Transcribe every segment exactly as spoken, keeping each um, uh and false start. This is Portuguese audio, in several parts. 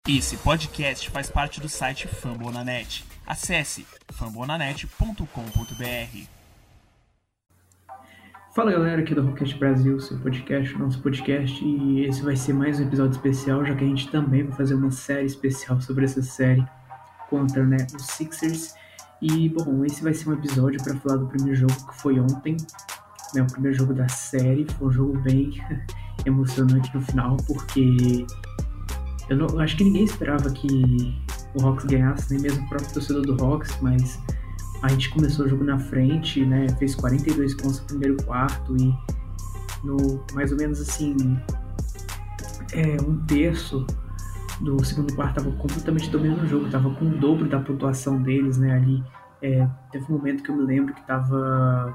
Esse podcast faz parte do site Fambonanet. Acesse fambonanet ponto com ponto b r. Fala galera, aqui do Rocket Brasil, seu podcast, nosso podcast, e esse vai ser mais um episódio especial, já que a gente também vai fazer uma série especial sobre essa série contra, né, os Sixers. E bom, esse vai ser um episódio para falar do primeiro jogo que foi ontem, né, o primeiro jogo da série. Foi um jogo bem emocionante no final, porque eu, não, eu acho que ninguém esperava que o Hawks ganhasse, nem mesmo o próprio torcedor do Hawks, mas a gente começou o jogo na frente, né, fez quarenta e dois pontos no primeiro quarto e no mais ou menos assim, é, um terço do segundo quarto estava completamente dominando o jogo, estava com o dobro da pontuação deles, né, ali. É, teve um momento que eu me lembro que estava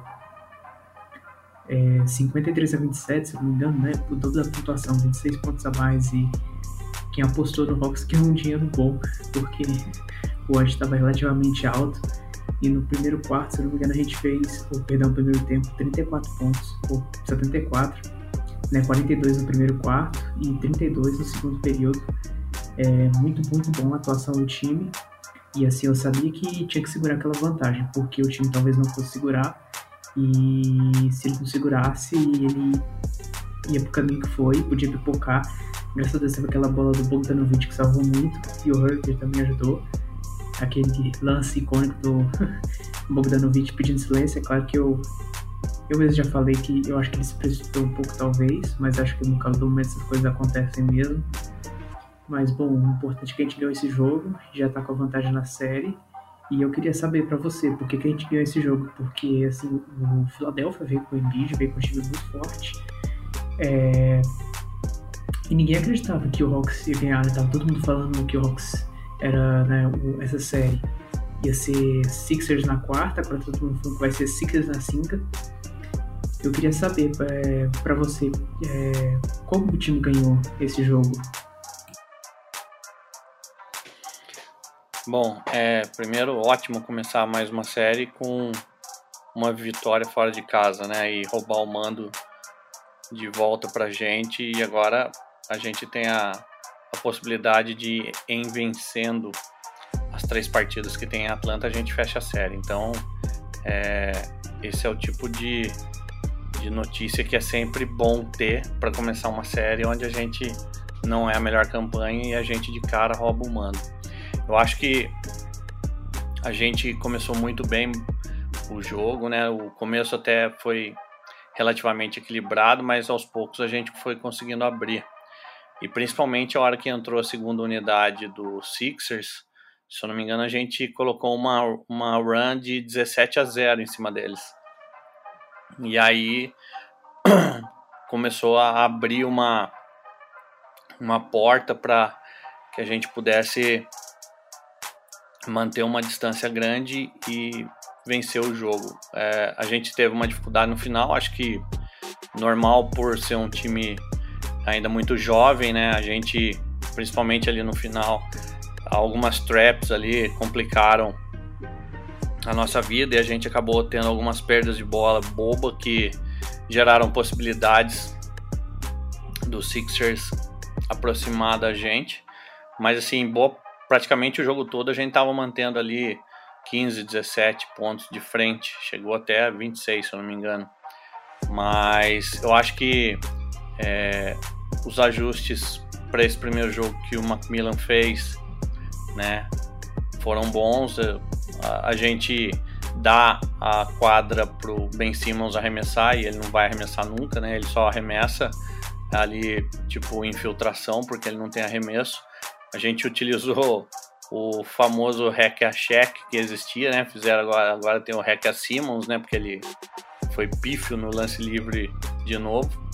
é, cinquenta e três a vinte e sete, se eu não me engano, né, o dobro da pontuação, vinte e seis pontos a mais, e quem apostou no Hawks ganhou um dinheiro bom, porque o odds estava relativamente alto. E no primeiro quarto, se não me engano, a gente fez, ou perdão, no primeiro tempo, trinta e quatro pontos, ou setenta e quatro, né, quarenta e dois no primeiro quarto e trinta e dois no segundo período. É muito, muito bom a atuação do time. E assim, eu sabia que tinha que segurar aquela vantagem, porque o time talvez não fosse segurar, e se ele não segurasse, ele ia pro caminho que foi, podia pipocar. Graças a Deus teve aquela bola do Bogdanovic que salvou muito, e o Hurter também ajudou. Aquele lance icônico do Bogdanovic pedindo silêncio. É claro que eu eu mesmo já falei que eu acho que ele se precipitou um pouco talvez, mas acho que no caso do momento essas coisas acontecem mesmo. Mas bom, o importante é que a gente ganhou esse jogo, já tá com a vantagem na série. E eu queria saber pra você, por que, que a gente ganhou esse jogo? Porque assim, o Philadelphia veio com o Embiid, veio com um time muito forte, é... e ninguém acreditava que o Hawks ia ganhar, né? Tava todo mundo falando que o Hawks era, né, essa série ia ser Sixers na quarta, agora todo mundo falando que vai ser Sixers na cinca. Eu queria saber é, pra você, é, como o time ganhou esse jogo? Bom, é, primeiro, ótimo começar mais uma série com uma vitória fora de casa, né, e roubar o mando de volta pra gente, e agora a gente tem a a possibilidade de, em vencendo as três partidas que tem em Atlanta, a gente fecha a série. Então, é, esse é o tipo de, de notícia que é sempre bom ter para começar uma série onde a gente não é a melhor campanha e a gente de cara rouba o mando. Eu acho que a gente começou muito bem o jogo, né? O começo até foi relativamente equilibrado, mas aos poucos a gente foi conseguindo abrir. E principalmente a hora que entrou a segunda unidade do Sixers, se eu não me engano, a gente colocou uma, uma run de dezessete a zero em cima deles. E aí começou a abrir uma, uma porta para que a gente pudesse manter uma distância grande e vencer o jogo. É, a gente teve uma dificuldade no final, acho que normal por ser um time ainda muito jovem, né? A gente, principalmente ali no final, algumas traps ali complicaram a nossa vida e a gente acabou tendo algumas perdas de bola boba que geraram possibilidades do Sixers aproximar da gente. Mas assim, boa, praticamente o jogo todo a gente estava mantendo ali quinze, dezessete pontos de frente, chegou até vinte e seis, se eu não me engano. Mas eu acho que é, os ajustes para esse primeiro jogo que o Macmillan fez, né, foram bons. A, a gente dá a quadra pro Ben Simmons arremessar e ele não vai arremessar nunca, né? Ele só arremessa ali tipo infiltração porque ele não tem arremesso. A gente utilizou o famoso hack a check que existia, né? Fizeram agora, agora tem o hack a Simmons, né? Porque ele foi pífio no lance livre de novo.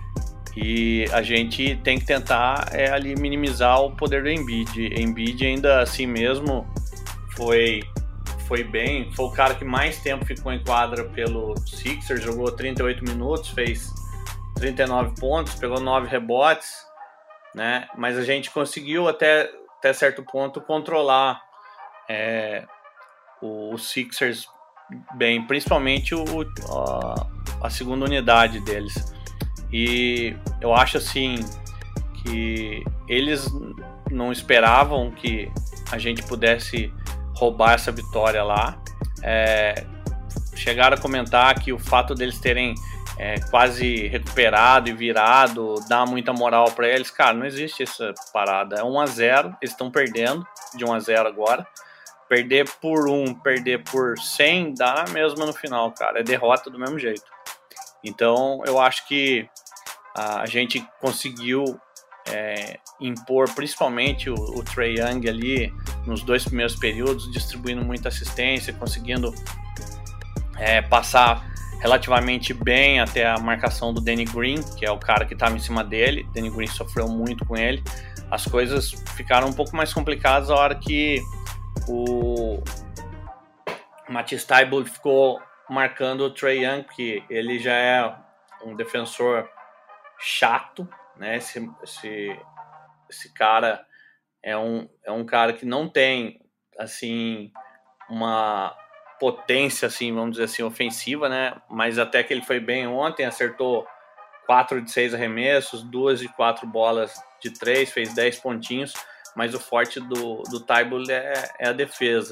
E a gente tem que tentar é, ali minimizar o poder do Embiid. Embiid ainda assim mesmo foi, foi bem, foi o cara que mais tempo ficou em quadra pelo Sixers, jogou trinta e oito minutos, fez trinta e nove pontos, pegou nove rebotes, né? Mas a gente conseguiu até, até certo ponto controlar é, o, o Sixers bem, principalmente o, a, a segunda unidade deles. E eu acho assim que eles não esperavam que a gente pudesse roubar essa vitória lá. É, chegaram a comentar que o fato deles terem é, quase recuperado e virado dá muita moral para eles. Cara, não existe essa parada. É um a zero, eles estão perdendo de um a zero agora. Perder por um, perder por cem, dá a mesma no final, cara. É derrota do mesmo jeito. Então, eu acho que a gente conseguiu é, impor, principalmente o, o Trae Young ali, nos dois primeiros períodos, distribuindo muita assistência, conseguindo é, passar relativamente bem até a marcação do Danny Green, que é o cara que estava em cima dele. Danny Green sofreu muito com ele. As coisas ficaram um pouco mais complicadas a hora que o Matisse Thybulle ficou marcando o Trae Young, que ele já é um defensor chato, né? Esse, esse, esse cara é um, é um cara que não tem, assim, uma potência, assim, vamos dizer assim, ofensiva, né? Mas até que ele foi bem ontem, acertou quatro de seis arremessos, duas de quatro bolas de três, fez dez pontinhos. Mas o forte do, do Thybulle é, é a defesa.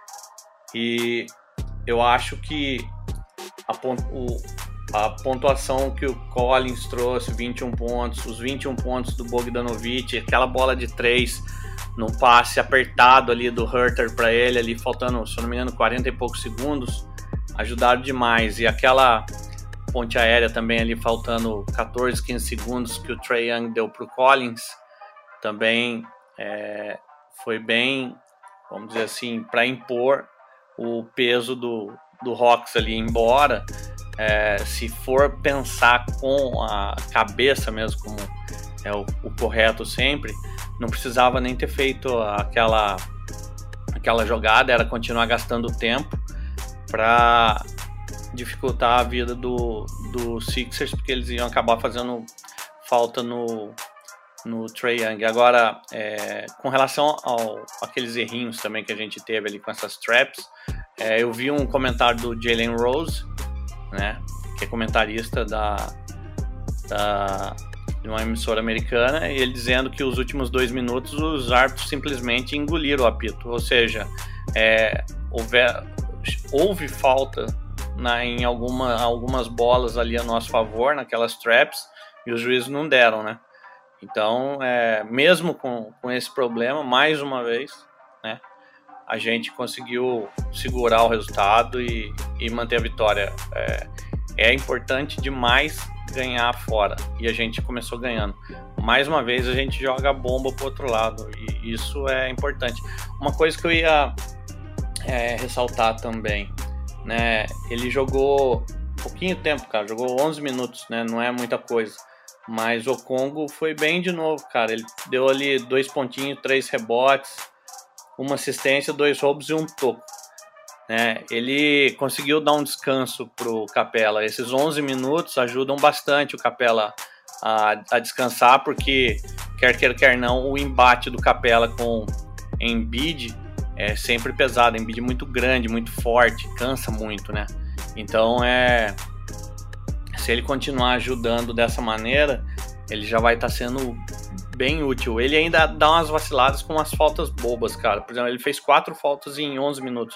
E eu acho que a, o, a pontuação que o Collins trouxe, vinte e um pontos, os vinte e um pontos do Bogdanovic, aquela bola de três num passe apertado ali do Huerter para ele, ali faltando, se eu não me engano, quarenta e poucos segundos, ajudaram demais. E aquela ponte aérea também ali, faltando quatorze, quinze segundos, que o Trae Young deu para o Collins, também É, foi bem, vamos dizer assim, para impor o peso do, do Hawks ali. Embora, é, se for pensar com a cabeça mesmo, como é o, o correto sempre, não precisava nem ter feito aquela, aquela jogada, era continuar gastando tempo para dificultar a vida do, do Sixers, porque eles iam acabar fazendo falta no no Trae Young. Agora, é, com relação ao aqueles errinhos também que a gente teve ali com essas traps, é, eu vi um comentário do Jalen Rose, né, que é comentarista da, da de uma emissora americana, e ele dizendo que os últimos dois minutos os árbitros simplesmente engoliram o apito, ou seja, é, houve, houve falta na, em alguma, algumas bolas ali a nosso favor, naquelas traps, e os juízes não deram, né? Então, é, mesmo com, com esse problema, mais uma vez, né, a gente conseguiu segurar o resultado e, e manter a vitória. É, é importante demais ganhar fora, e a gente começou ganhando. Mais uma vez, a gente joga a bomba pro outro lado, e isso é importante. Uma coisa que eu ia é, ressaltar também, né, ele jogou pouquinho tempo, cara, jogou onze minutos, né, não é muita coisa. Mas o Congo foi bem de novo, cara. Ele deu ali dois pontinhos, três rebotes, uma assistência, dois roubos e um toco, né? Ele conseguiu dar um descanso pro Capela. Esses onze minutos ajudam bastante o Capela a, a descansar, porque quer queira, quer não, o embate do Capela com Embiid é sempre pesado. Embiid muito grande, muito forte, cansa muito, né? Então é... se ele continuar ajudando dessa maneira, ele já vai estar tá sendo bem útil. Ele ainda dá umas vaciladas com umas faltas bobas, cara. Por exemplo, ele fez quatro faltas em onze minutos.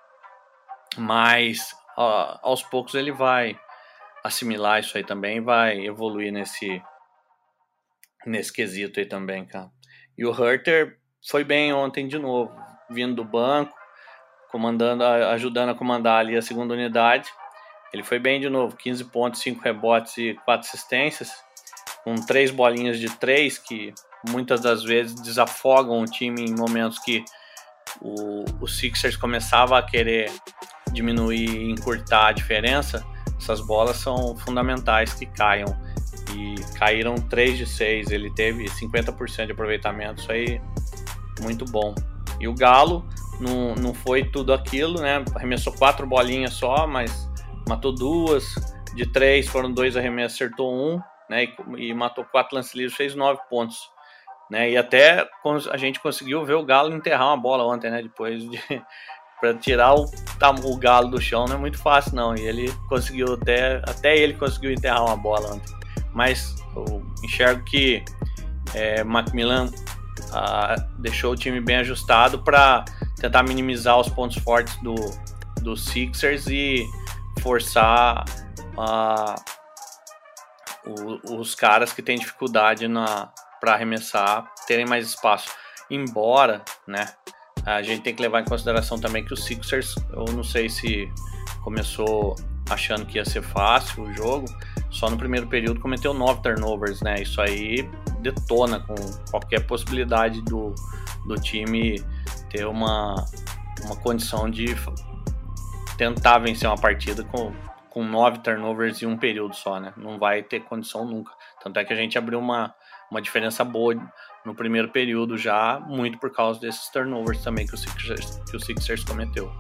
Mas, ó, aos poucos ele vai assimilar isso aí também, vai evoluir nesse, nesse quesito aí também, cara. E o Huerter foi bem ontem de novo, vindo do banco, comandando, ajudando a comandar ali a segunda unidade. Ele foi bem de novo, quinze pontos, cinco rebotes e quatro assistências, com três bolinhas de três, que muitas das vezes desafogam o time em momentos que o, o Sixers começava a querer diminuir e encurtar a diferença. Essas bolas são fundamentais que caiam, e caíram três de seis, ele teve cinquenta por cento de aproveitamento, isso aí muito bom. E o Galo não, não foi tudo aquilo, né? Arremessou quatro bolinhas só, mas matou duas, de três foram dois arremessos, acertou um, né, e, e matou quatro lances livres, fez nove pontos, né, e até a gente conseguiu ver o Galo enterrar uma bola ontem, né, depois de para tirar o, o Galo do chão não é muito fácil não, e ele conseguiu até, até ele conseguiu enterrar uma bola ontem, mas eu enxergo que é, Macmillan uh, deixou o time bem ajustado para tentar minimizar os pontos fortes do, do Sixers e forçar uh, o, os caras que têm dificuldade para arremessar terem mais espaço. Embora, né, a gente tem que levar em consideração também que o Sixers, eu não sei se começou achando que ia ser fácil o jogo, só no primeiro período cometeu nove turnovers, né? Isso aí detona com qualquer possibilidade do, do time ter uma, uma condição de tentar vencer uma partida com, com nove turnovers em um período só, né? Não vai ter condição nunca. Tanto é que a gente abriu uma, uma diferença boa no primeiro período já, muito por causa desses turnovers também que o Sixers, que o Sixers cometeu.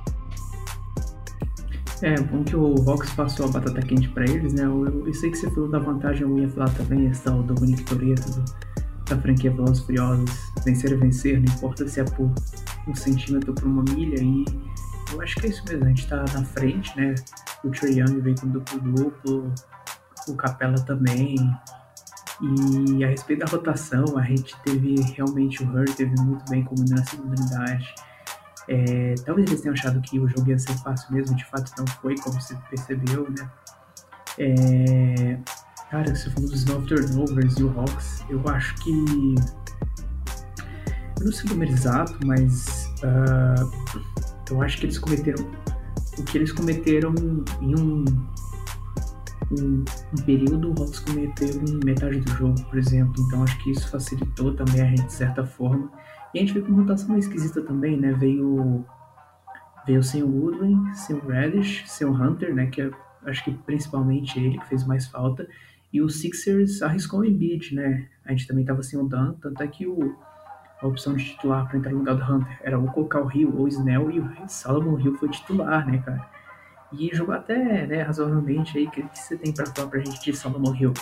É, bom que o Hawks passou a batata quente pra eles, né? Eu, eu sei que você falou da vantagem, eu ia falar também, esse tal do Dominique Toretto, da franquia Velozes Furiosos, vencer é vencer, não importa se é por um centímetro ou por uma milha, e eu acho que é isso mesmo, a gente tá na frente, né? O Trae Young veio com duplo-duplo, o Capela também, e a respeito da rotação, a gente teve realmente, o Hurt teve muito bem como na segunda unidade. É, talvez eles tenham achado que o jogo ia ser fácil mesmo, de fato não foi, como você percebeu, né? É, cara, você falou dos nove turnovers e o Hawks, eu acho que... Eu não sei o número exato, mas uh, eu acho que eles cometeram... O que eles cometeram em um, um, um período, o Hawks cometeu em metade do jogo, por exemplo. Então acho que isso facilitou também a gente, de certa forma. E a gente veio com uma rotação meio esquisita também, né? Veio, veio sem o Woodland, sem o Reddish, sem o Hunter, né? Que é, acho que principalmente ele que fez mais falta. E o Sixers arriscou o Embiid, né? A gente também tava sem o Dan, tanto é que o, a opção de titular para entrar no lugar do Hunter era ou colocar o Hill ou o Snell, e o Solomon Hill foi titular, né, cara? E jogou até, né, razoavelmente aí. O que, que você tem para falar pra gente de Solomon Hill?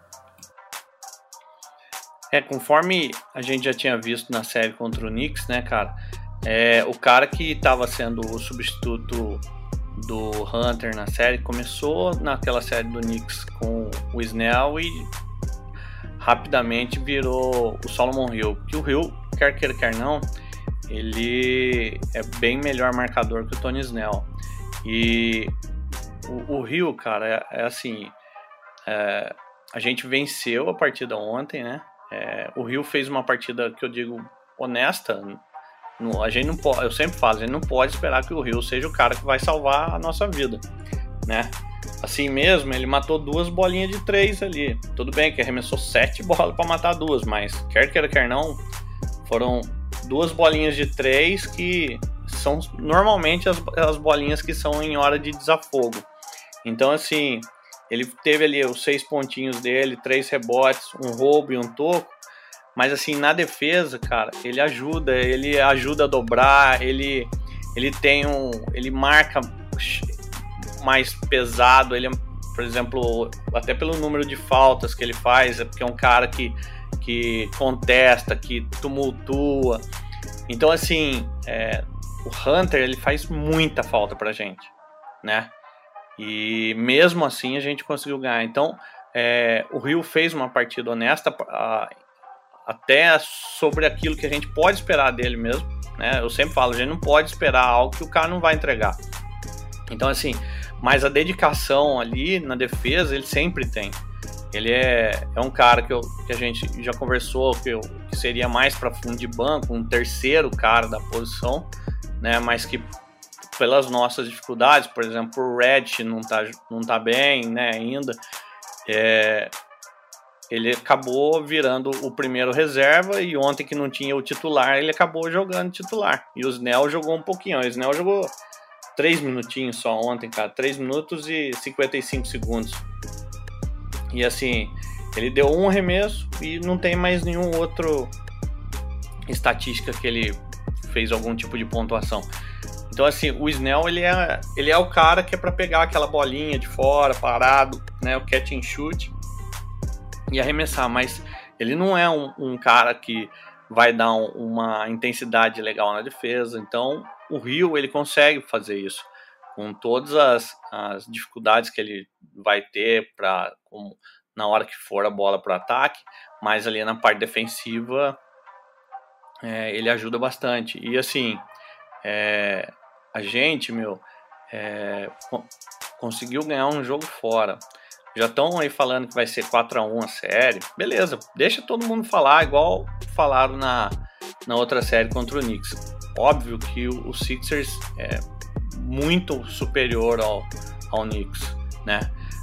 É, conforme a gente já tinha visto na série contra o Knicks, né, cara, é, o cara que estava sendo o substituto do Hunter na série começou naquela série do Knicks com o Snell e rapidamente virou o Solomon Hill, que o Hill, quer queira, quer não, ele é bem melhor marcador que o Tony Snell. E o, o Hill, cara, é, é assim, é, a gente venceu a partida ontem, né? É, o Hill fez uma partida que eu digo honesta. No, a gente não pode, eu sempre falo, a gente não pode esperar que o Hill seja o cara que vai salvar a nossa vida, né? Assim mesmo, ele matou duas bolinhas de três ali. Tudo bem que arremessou sete bolas para matar duas, mas quer queira, quer não, foram duas bolinhas de três que são normalmente as, as bolinhas que são em hora de desafogo. Então, assim, ele teve ali os seis pontinhos dele, três rebotes, um roubo e um toco. Mas assim, na defesa, cara, ele ajuda, ele ajuda a dobrar, ele, ele tem um... ele marca mais pesado, ele, por exemplo, até pelo número de faltas que ele faz, é porque é um cara que, que contesta, que tumultua. Então, assim, é, o Hunter, ele faz muita falta pra gente, né? E mesmo assim a gente conseguiu ganhar. Então, é, o Hill fez uma partida honesta, a, até sobre aquilo que a gente pode esperar dele mesmo, né? Eu sempre falo, a gente não pode esperar algo que o cara não vai entregar. Então, assim, mas a dedicação ali na defesa, ele sempre tem. Ele é, é um cara que, eu, que a gente já conversou, que, eu, que seria mais para fundo de banco, um terceiro cara da posição, né? Mas que pelas nossas dificuldades, por exemplo, o Reddish não tá, não tá bem, né, ainda, é, ele acabou virando o primeiro reserva, e ontem que não tinha o titular, ele acabou jogando titular, e o Snell jogou um pouquinho, o Snell jogou três minutinhos só ontem, cara, três minutos e cinquenta e cinco segundos, e assim, ele deu um arremesso e não tem mais nenhum outro estatística que ele fez algum tipo de pontuação. Então, assim, o Snell, ele é, ele é o cara que é para pegar aquela bolinha de fora, parado, né, o catch and shoot, e arremessar, mas ele não é um, um cara que vai dar um, uma intensidade legal na defesa. Então, o Hill, ele consegue fazer isso, com todas as, as dificuldades que ele vai ter pra, com, na hora que for a bola para o ataque, mas ali na parte defensiva, é, ele ajuda bastante. E assim, é, a gente, meu, é, conseguiu ganhar um jogo fora. Já estão aí falando que vai ser quatro a um a série. Beleza, deixa todo mundo falar, igual falaram na, na outra série contra o Knicks. Óbvio que o, o Sixers é muito superior ao, ao Knicks, né?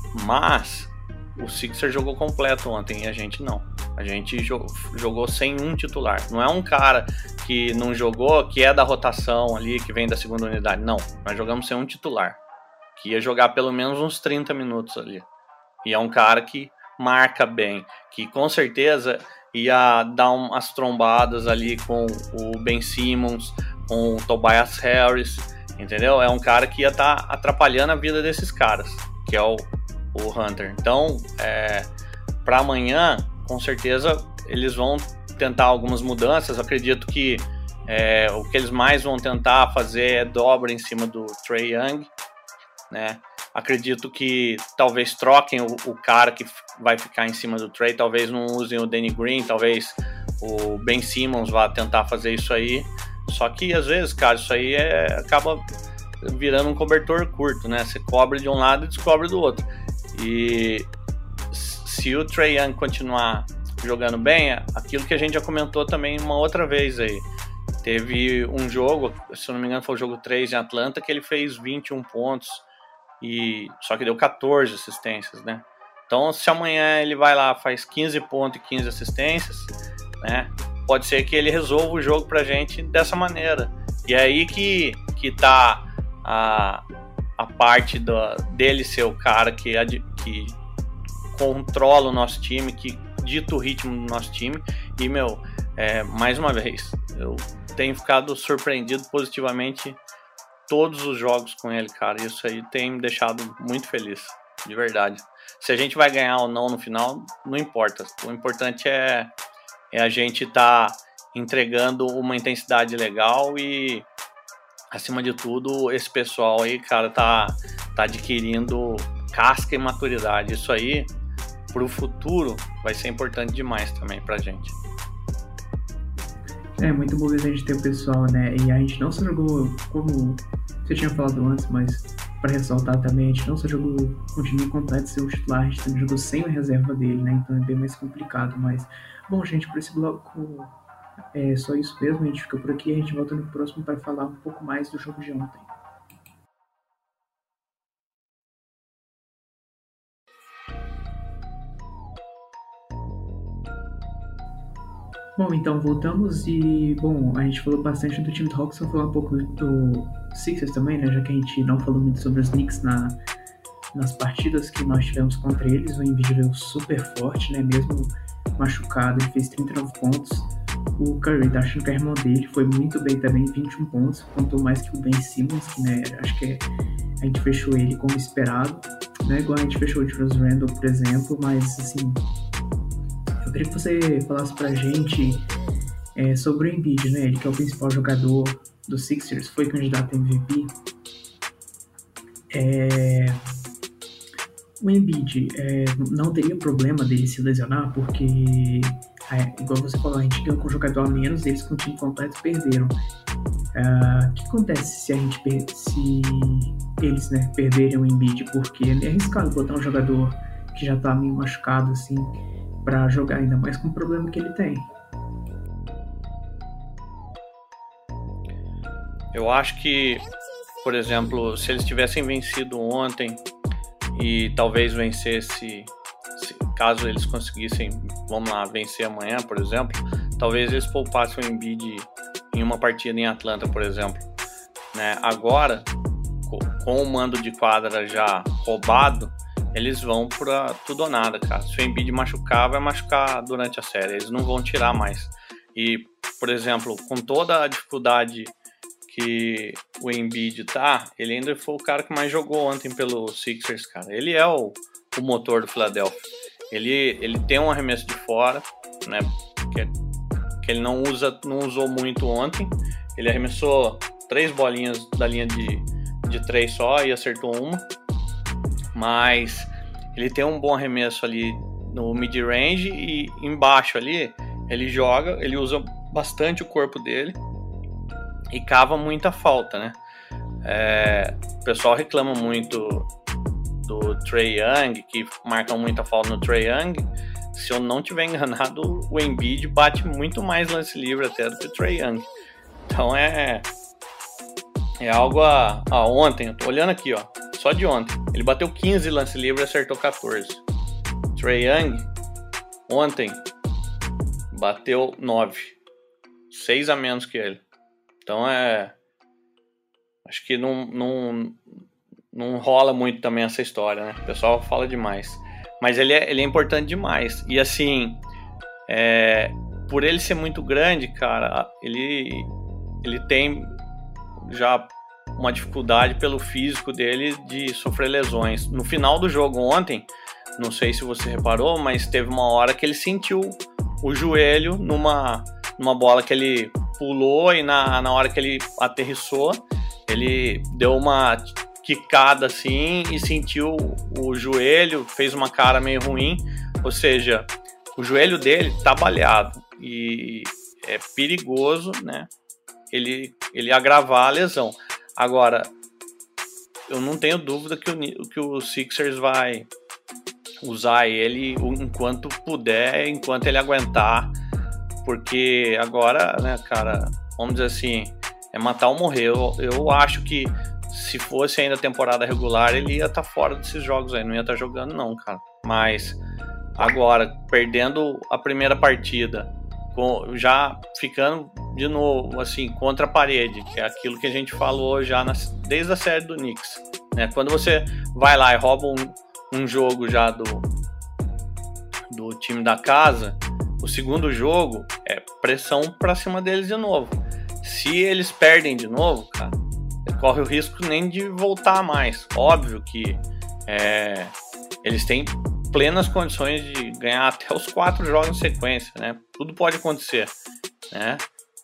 Mas o Sixers jogou completo ontem e a gente não. A gente jogou, jogou sem um titular. Não é um cara que não jogou, que é da rotação ali, que vem da segunda unidade. Não, nós jogamos sem um titular, que ia jogar pelo menos uns trinta minutos ali. E é um cara que marca bem, que com certeza ia dar umas trombadas ali com o Ben Simmons, com o Tobias Harris, entendeu? É um cara que ia estar tá atrapalhando a vida desses caras, que é o, o Hunter. Então, é, para amanhã, com certeza, eles vão tentar algumas mudanças. Eu acredito que é, o que eles mais vão tentar fazer é dobra em cima do Trae Young, né? Acredito que talvez troquem o, o cara que vai ficar em cima do Trae, talvez não usem o Danny Green, talvez o Ben Simmons vá tentar fazer isso aí. Só que às vezes, cara, isso aí é, acaba virando um cobertor curto, né? Você cobre de um lado e descobre do outro. E se o Trae Young continuar jogando bem, aquilo que a gente já comentou também uma outra vez aí. Teve um jogo, se eu não me engano foi o jogo três em Atlanta, que ele fez vinte e um pontos. E só que deu quatorze assistências, né? Então, se amanhã ele vai lá, faz quinze pontos e quinze assistências, né? Pode ser que ele resolva o jogo pra gente dessa maneira. E é aí que, que tá a, a parte do, dele ser o cara que, que controla o nosso time, que dita o ritmo do nosso time. E, meu, é, mais uma vez, eu tenho ficado surpreendido positivamente todos os jogos com ele, cara. Isso aí tem me deixado muito feliz, de verdade. Se a gente vai ganhar ou não no final, não importa. O importante é, é a gente estar tá entregando uma intensidade legal e, acima de tudo, esse pessoal aí, cara, tá, tá adquirindo casca e maturidade. Isso aí, pro futuro, vai ser importante demais também pra gente. É muito bom a gente ter o pessoal, né? E a gente não só jogou, como você tinha falado antes, mas para ressaltar também, a gente não só jogou com o time completo seu titular, a gente também jogou sem a reserva dele, né? Então é bem mais complicado. Mas, bom, gente, por esse bloco é só isso mesmo. A gente fica por aqui e a gente volta no próximo para falar um pouco mais do jogo de ontem. Bom, então voltamos e, bom, a gente falou bastante do time do Hawks, vamos falar um pouco do Sixers também, né, já que a gente não falou muito sobre os Knicks na, nas partidas que nós tivemos contra eles. O Embiid veio super forte, né, mesmo machucado, ele fez trinta e nove pontos. O Curry tá achando que a irmã dele foi muito bem também, vinte e um pontos, contou mais que o Ben Simmons, que, né, acho que a gente fechou ele como esperado, né, igual a gente fechou o Julius Randle, por exemplo, mas, assim, eu queria que você falasse pra gente é, sobre o Embiid, né? Ele que é o principal jogador do Sixers, foi candidato a M V P. É, o Embiid é, não teria problema dele se lesionar, porque, é, igual você falou, a gente ganhou com um jogador a menos, eles com o time completo perderam. O uh, que acontece se a gente per- se eles, né, perderem o Embiid? Porque é arriscado botar um jogador que já tá meio machucado assim para jogar, ainda mais com o problema que ele tem. Eu acho que, por exemplo, se eles tivessem vencido ontem e talvez vencesse, se, caso eles conseguissem, vamos lá, vencer amanhã, por exemplo, talvez eles poupassem o Embiid em uma partida em Atlanta, por exemplo, né? Agora, com o mando de quadra já roubado, eles vão pra tudo ou nada, cara. Se o Embiid machucar, vai machucar durante a série. Eles não vão tirar mais. E, por exemplo, com toda a dificuldade que o Embiid tá, ele ainda foi o cara que mais jogou ontem pelo Sixers, cara. Ele é o, o motor do Philadelphia. Ele, ele tem um arremesso de fora, né? Que, que ele não, usa, não usou muito ontem. Ele arremessou três bolinhas da linha de, de três só e acertou uma. Mas ele tem um bom arremesso ali no mid-range e embaixo ali ele joga, ele usa bastante o corpo dele e cava muita falta, né? É, o pessoal reclama muito do Trae Young, que marcam muita falta no Trae Young. Se eu não tiver enganado, o Embiid bate muito mais lance livre até do que o Trae Young. Então é é algo a, a ontem, eu tô olhando aqui, ó, só de ontem, ele bateu quinze lance livre e acertou catorze. Trae Young ontem bateu nove, seis a menos que ele. Então é, acho que não, não, não rola muito também essa história, né? O pessoal fala demais. Mas ele é, ele é importante demais. E assim, é, por ele ser muito grande, cara, ele, ele tem já uma dificuldade pelo físico dele de sofrer lesões. No final do jogo ontem, não sei se você reparou, mas teve uma hora que ele sentiu o joelho numa, numa bola que ele pulou e na, na hora que ele aterrissou, ele deu uma quicada assim e sentiu o joelho, fez uma cara meio ruim, ou seja, o joelho dele tá baleado e é perigoso, né, ele, ele agravar a lesão. Agora, eu não tenho dúvida que o, que o Sixers vai usar ele enquanto puder, enquanto ele aguentar, porque agora, né, cara, vamos dizer assim, é matar ou morrer. Eu, eu acho que se fosse ainda temporada regular, ele ia estar tá fora desses jogos aí, não ia estar tá jogando não, cara. Mas agora, perdendo a primeira partida, com, já ficando de novo, assim, contra a parede, que é aquilo que a gente falou já na, desde a série do Knicks, né? Quando você vai lá e rouba um, um jogo já do, do time da casa, o segundo jogo é pressão pra cima deles de novo. Se eles perdem de novo, cara, corre o risco nem de voltar mais. Óbvio que é, eles têm plenas condições de ganhar até os quatro jogos em sequência, né? Tudo pode acontecer, né?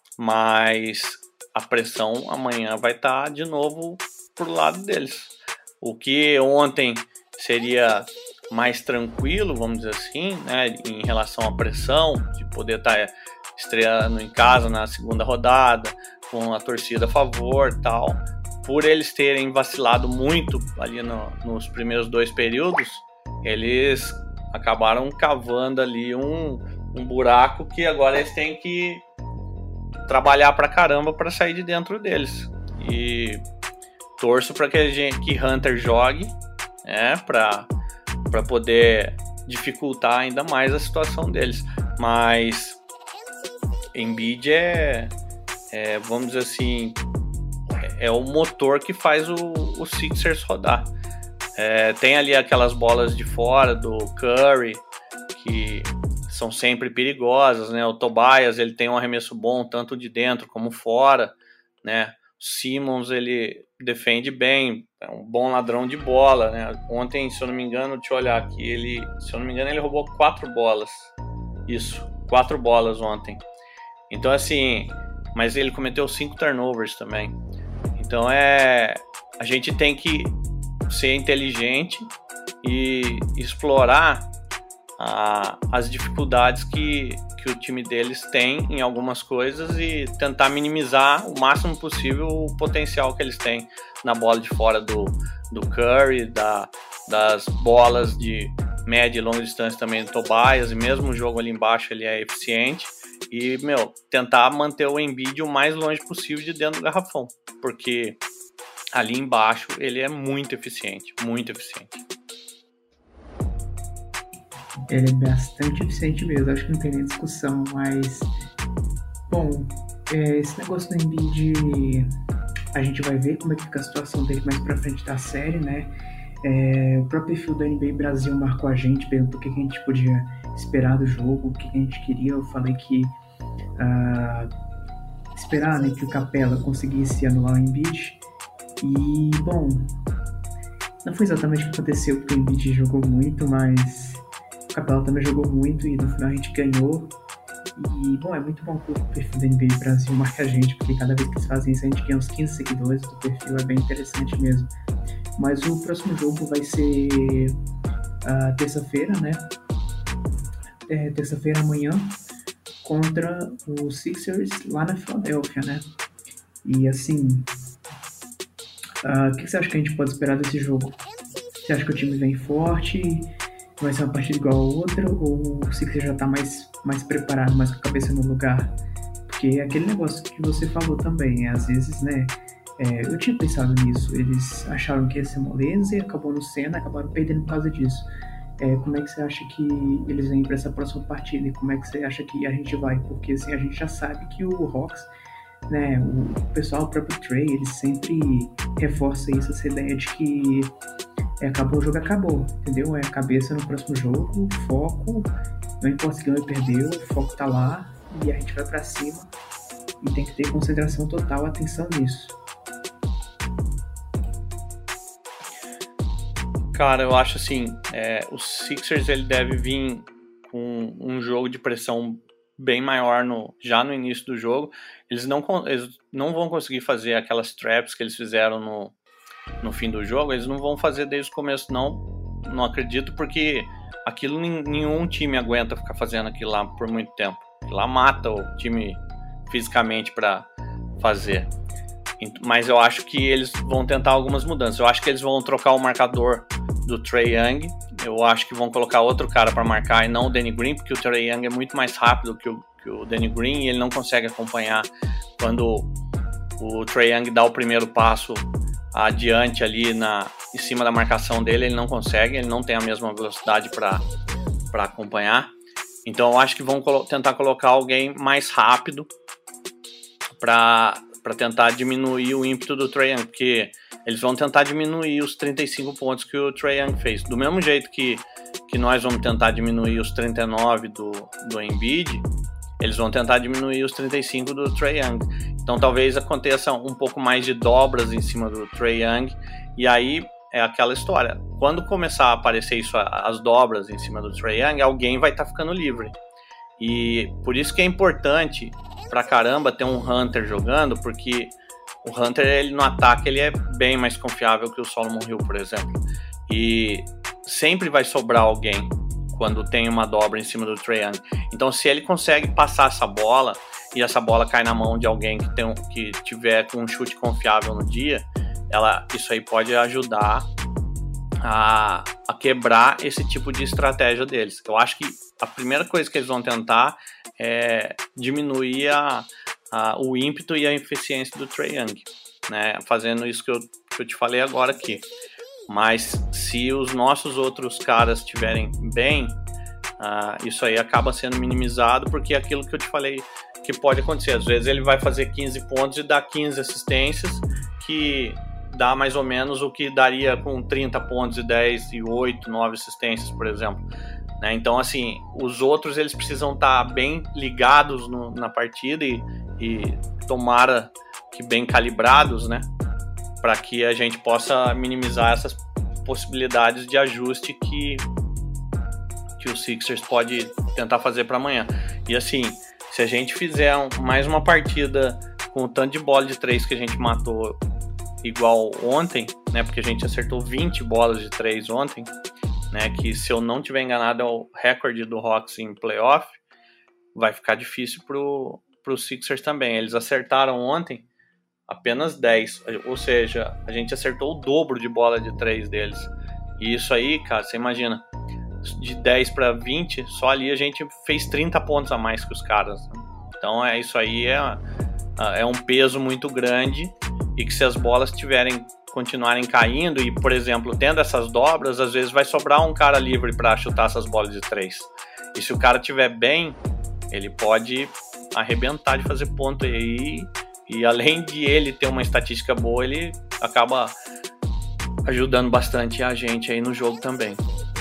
Mas a pressão amanhã vai estar de novo pro lado deles. O que ontem seria mais tranquilo, vamos dizer assim, né, em relação à pressão, de poder estar estreando em casa na segunda rodada, com a torcida a favor e tal. Por eles terem vacilado muito ali no, nos primeiros dois períodos, eles acabaram cavando ali um, um buraco que agora eles têm que trabalhar pra caramba para sair de dentro deles. E torço para que, a gente, que Hunter jogue, né, para para poder dificultar ainda mais a situação deles. Mas Embiid é, é, vamos dizer assim, é o motor que faz o, o Sixers rodar. É, tem ali aquelas bolas de fora do Curry, que são sempre perigosas, né? O Tobias, ele tem um arremesso bom, tanto de dentro como fora, né? O Simmons, ele defende bem, é um bom ladrão de bola, né? Ontem, se eu não me engano, deixa eu olhar aqui, ele, se eu não me engano, ele roubou quatro bolas. Isso, quatro bolas ontem. Então, assim, mas ele cometeu cinco turnovers também. Então, é, a gente tem que ser inteligente e explorar a, as dificuldades que, que o time deles tem em algumas coisas e tentar minimizar o máximo possível o potencial que eles têm na bola de fora do, do Curry, da, das bolas de média e longa distância também do Tobias, e mesmo o jogo ali embaixo ele é eficiente. E, meu, tentar manter o Embiid o mais longe possível de dentro do garrafão, porque ali embaixo ele é muito eficiente, muito eficiente. Ele é bastante eficiente mesmo, acho que não tem nem discussão, mas bom, é, esse negócio do Embiid, a gente vai ver como é que fica a situação dele mais pra frente da série, né? É, o próprio perfil do N B A Brasil marcou a gente, perguntou o que a gente podia esperar do jogo, o que a gente queria. Eu falei que uh, esperar, né, que o Capela conseguisse anular o Embiid. E, bom, não foi exatamente o que aconteceu, porque o Embiid jogou muito, mas o Capela também jogou muito e no final a gente ganhou. E, bom, é muito bom que o perfil do N B A Brasil marque a gente, porque cada vez que eles fazem isso a gente ganha uns quinze seguidores do perfil, é bem interessante mesmo. Mas o próximo jogo vai ser uh, terça-feira, né? É, terça-feira amanhã, contra o Sixers lá na Filadélfia, né? E assim, uh, o que você acha que a gente pode esperar desse jogo? Você acha que o time vem forte, vai ser uma partida igual a outra, ou o Sixers já tá mais, mais preparado, mais com a cabeça no lugar? Porque é aquele negócio que você falou também, às vezes, né? É, eu tinha pensado nisso, eles acharam que ia ser moleza e acabou no Senna, acabaram perdendo por causa disso. É, como é que você acha que eles vêm para essa próxima partida e como é que você acha que a gente vai? Porque assim, a gente já sabe que o Hawks, né, o pessoal, o próprio Trey, ele sempre reforça isso, essa ideia de que é, acabou o jogo, acabou, entendeu? É a cabeça no próximo jogo, foco, não importa se ganhou ou perdeu, o foco tá lá e a gente vai para cima e tem que ter concentração total, atenção nisso. Cara, eu acho assim, é, o Sixers ele deve vir com um jogo de pressão bem maior no, já no início do jogo. Eles não, eles não vão conseguir fazer aquelas traps que eles fizeram no, no fim do jogo, eles não vão fazer desde o começo não, não acredito, porque aquilo nenhum time aguenta ficar fazendo aquilo lá por muito tempo. Aquilo lá mata o time fisicamente para fazer. Mas eu acho que eles vão tentar algumas mudanças. Eu acho que eles vão trocar o marcador do Trae Young. Eu acho que vão colocar outro cara para marcar e não o Danny Green, porque o Trae Young é muito mais rápido que o, que o Danny Green e ele não consegue acompanhar quando o Trae Young dá o primeiro passo adiante ali na, em cima da marcação dele. Ele não consegue, ele não tem a mesma velocidade para acompanhar. Então eu acho que vão colo- tentar colocar alguém mais rápido para para tentar diminuir o ímpeto do Trae Young, porque eles vão tentar diminuir os trinta e cinco pontos que o Trae Young fez. Do mesmo jeito que, que nós vamos tentar diminuir os trinta e nove do, do Embiid, eles vão tentar diminuir os trinta e cinco do Trae Young. Então talvez aconteça um pouco mais de dobras em cima do Trae Young, e aí é aquela história. Quando começar a aparecer isso, as dobras em cima do Trae Young, alguém vai estar tá ficando livre. E por isso que é importante pra caramba ter um Hunter jogando, porque o Hunter, ele no ataque, ele é bem mais confiável que o Solomon Hill, por exemplo. E sempre vai sobrar alguém quando tem uma dobra em cima do Trae Young. Então, se ele consegue passar essa bola e essa bola cai na mão de alguém que, tem um, que tiver com um chute confiável no dia, ela, isso aí pode ajudar a, a quebrar esse tipo de estratégia deles. Eu acho que a primeira coisa que eles vão tentar é diminuir a, a, o ímpeto e a eficiência do Trae Young, né? Fazendo isso que eu, que eu te falei agora aqui. Mas se os nossos outros caras estiverem bem, uh, isso aí acaba sendo minimizado, porque é aquilo que eu te falei que pode acontecer. Às vezes ele vai fazer quinze pontos e dar quinze assistências, que dá mais ou menos o que daria com trinta pontos e dez e oito, nove assistências, por exemplo. Né? Então, assim, os outros eles precisam estar bem ligados no, na partida e, e tomara que bem calibrados, né? Para que a gente possa minimizar essas possibilidades de ajuste que, que o Sixers pode tentar fazer para amanhã. E assim, se a gente fizer um, mais uma partida com o tanto de bola de três que a gente matou igual ontem, né? Porque a gente acertou vinte bolas de três ontem, né, que se eu não tiver enganado é o recorde do Hawks em playoff, vai ficar difícil pro, pro Sixers também. Eles acertaram ontem apenas dez, ou seja, a gente acertou o dobro de bola de três deles. E isso aí, cara, você imagina, de dez para vinte, só ali a gente fez trinta pontos a mais que os caras. Então é, isso aí é, é um peso muito grande, e que se as bolas tiverem continuarem caindo e, por exemplo, tendo essas dobras, às vezes vai sobrar um cara livre para chutar essas bolas de três. E se o cara estiver bem, ele pode arrebentar de fazer ponto aí. E além de ele ter uma estatística boa, ele acaba ajudando bastante a gente aí no jogo também.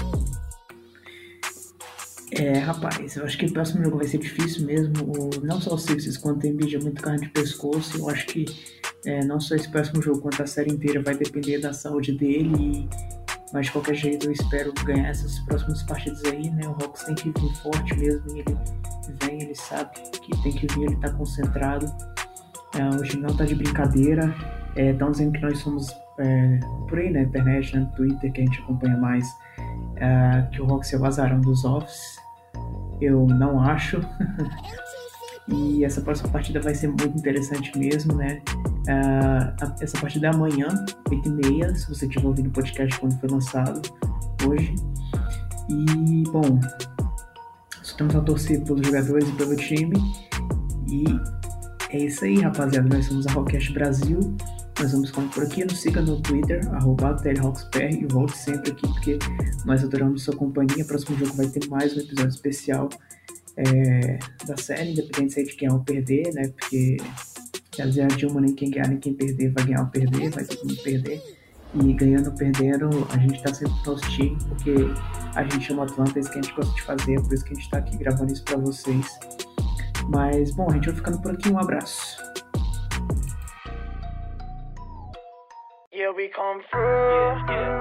É, rapaz, eu acho que o próximo jogo vai ser difícil mesmo. O, não só o Sixers, quanto o Embiid é muito carne de pescoço. Eu acho que é, não só esse próximo jogo, quanto a série inteira vai depender da saúde dele. E, mas de qualquer jeito eu espero ganhar essas próximas partidas aí, né? O Hawks tem que vir forte mesmo. E ele vem, ele sabe que tem que vir, ele tá concentrado. É, o time não tá de brincadeira. Estão é, dizendo que nós somos é, por aí, na internet, no Twitter, que a gente acompanha mais, é, que o Hawks é o azarão dos offs. Eu não acho. E essa próxima partida vai ser muito interessante mesmo, né? Uh, essa partida é amanhã, oito e meia, se você estiver ouvindo o podcast quando foi lançado, hoje. E, bom, só temos a torcer pelos jogadores e pelo time. E é isso aí, rapaziada. Nós somos a Rockcast Brasil. Nós vamos ficando por aqui. Nos siga no Twitter, arroba TLRocksPR, e volte sempre aqui, porque nós adoramos sua companhia. Próximo jogo vai ter mais um episódio especial é, da série, independente de ganhar ou perder, né? Porque quer dizer, a Dilma, nem quem ganhar nem quem perder vai ganhar ou perder, vai todo mundo perder. E ganhando ou perdendo, a gente tá sempre no nosso time, porque a gente chama Atlanta, é isso que a gente gosta de fazer, é por isso que a gente tá aqui gravando isso pra vocês. Mas, bom, a gente vai ficando por aqui. Um abraço. Yeah, we come through. Yeah, yeah.